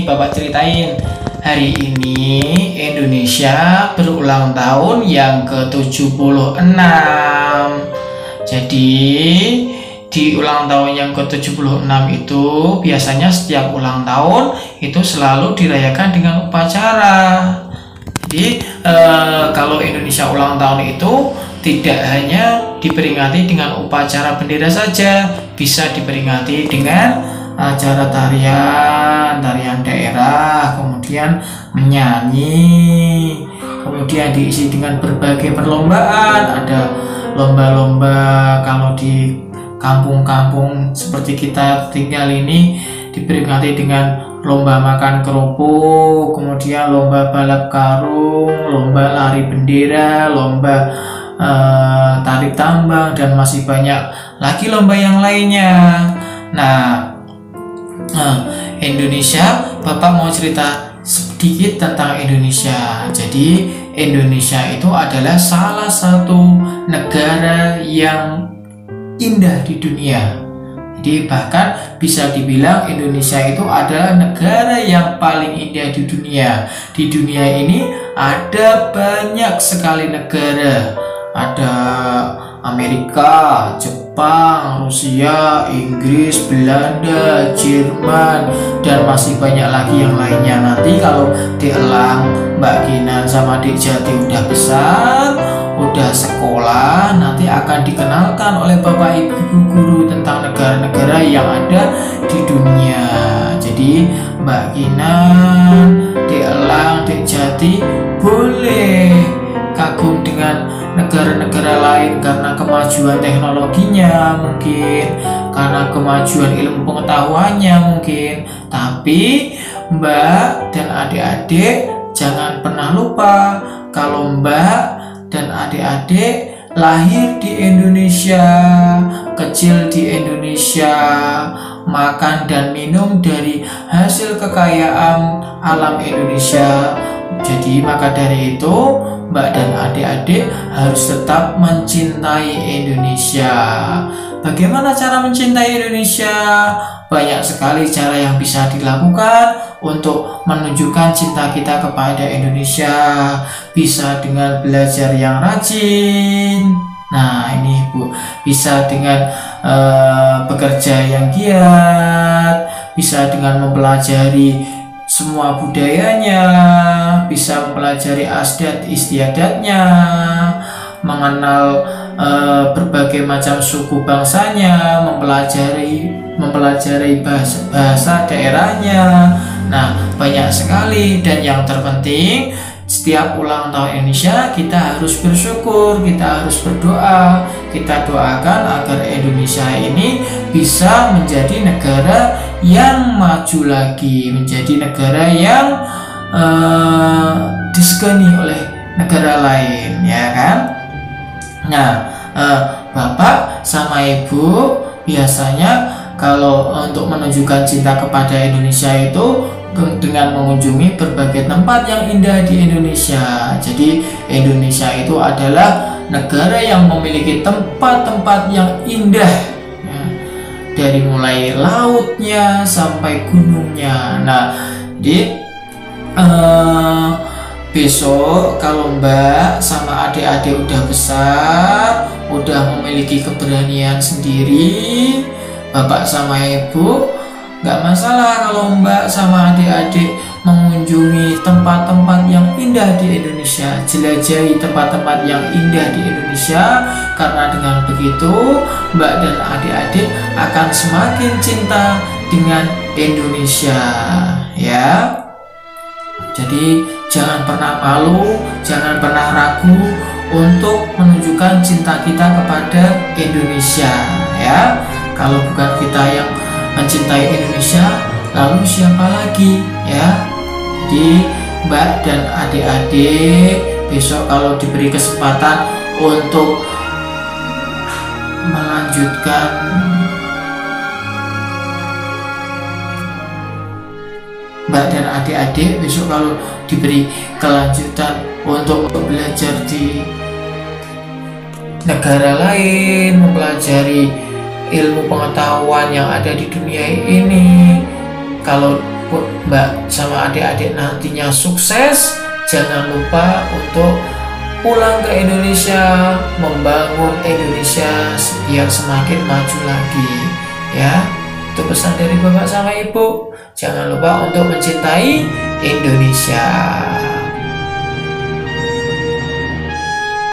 nih Bapak ceritain. Hari ini Indonesia berulang tahun yang ke-76. Jadi di ulang tahun yang ke-76 itu biasanya setiap ulang tahun itu selalu dirayakan dengan upacara. Jadi kalau Indonesia ulang tahun itu tidak hanya diperingati dengan upacara bendera saja, bisa diperingati dengan acara tarian daerah, kemudian menyanyi, kemudian diisi dengan berbagai perlombaan. Ada lomba-lomba kalau di kampung-kampung seperti kita tinggal ini diperingati dengan lomba makan kerupuk, kemudian lomba balap karung, lomba lari bendera, lomba tarik tambang, dan masih banyak lagi lomba yang lainnya. Nah, Indonesia, Bapak mau cerita sedikit tentang Indonesia. Jadi Indonesia itu adalah salah satu negara yang indah di dunia. Jadi bahkan bisa dibilang Indonesia itu adalah negara yang paling indah di dunia. Di dunia ini ada banyak sekali negara. Ada Amerika, Jepang, Rusia, Inggris, Belanda, Jerman, dan masih banyak lagi yang lainnya. Nanti kalau Elang, Mbak Kinan sama Dik Jati udah besar, udah sekolah, nanti akan dikenalkan oleh Bapak Ibu guru tentang negara-negara yang ada di dunia. Jadi Mbak Kinan, Dik Elang, Dik Jati boleh kagum dengan negara-negara lain karena kemajuan teknologinya mungkin, karena kemajuan ilmu pengetahuannya mungkin. Tapi Mbak dan adik-adik jangan pernah lupa kalau Mbak dan adik-adik lahir di Indonesia, kecil di Indonesia, makan dan minum dari hasil kekayaan alam Indonesia. Jadi maka dari itu Mbak dan adik-adik harus tetap mencintai Indonesia. Bagaimana cara mencintai Indonesia? Banyak sekali cara yang bisa dilakukan untuk menunjukkan cinta kita kepada Indonesia. Bisa dengan belajar yang rajin. Nah ini Bu, bisa dengan bekerja yang giat, bisa dengan mempelajari semua budayanya, bisa mempelajari adat istiadatnya, mengenal berbagai macam suku bangsanya, mempelajari bahasa daerahnya. Nah, banyak sekali. Dan yang terpenting, setiap ulang tahun Indonesia kita harus bersyukur, kita harus berdoa, kita doakan agar Indonesia ini bisa menjadi negara yang maju lagi, menjadi negara yang disegani oleh negara lain, ya kan? Nah, Bapak sama Ibu biasanya kalau untuk menunjukkan cinta kepada Indonesia itu dengan mengunjungi berbagai tempat yang indah di Indonesia. Jadi Indonesia itu adalah negara yang memiliki tempat-tempat yang indah, ya, dari mulai lautnya sampai gunungnya. Nah, jadi besok kalau Mbak sama adik-adik udah besar, udah memiliki keberanian sendiri, Bapak sama Ibu nggak masalah kalau Mbak sama adik-adik mengunjungi tempat-tempat yang indah di Indonesia, jelajahi tempat-tempat yang indah di Indonesia, karena dengan begitu Mbak dan adik-adik akan semakin cinta dengan Indonesia, ya. Jadi jangan pernah malu, jangan pernah ragu untuk menunjukkan cinta kita kepada Indonesia, ya. Kalau bukan kita yang mencintai Indonesia, lalu siapa lagi, ya? Jadi Mbak dan adik-adik besok kalau diberi kesempatan untuk melanjutkan Mbak dan adik-adik besok kalau diberi kelanjutan untuk belajar di negara lain, mempelajari ilmu pengetahuan yang ada di dunia ini. Kalau Mbak sama adik-adik nantinya sukses, jangan lupa untuk pulang ke Indonesia, membangun Indonesia biar semakin maju lagi ya. Itu pesan dari Bapak sama Ibu. Jangan lupa untuk mencintai Indonesia.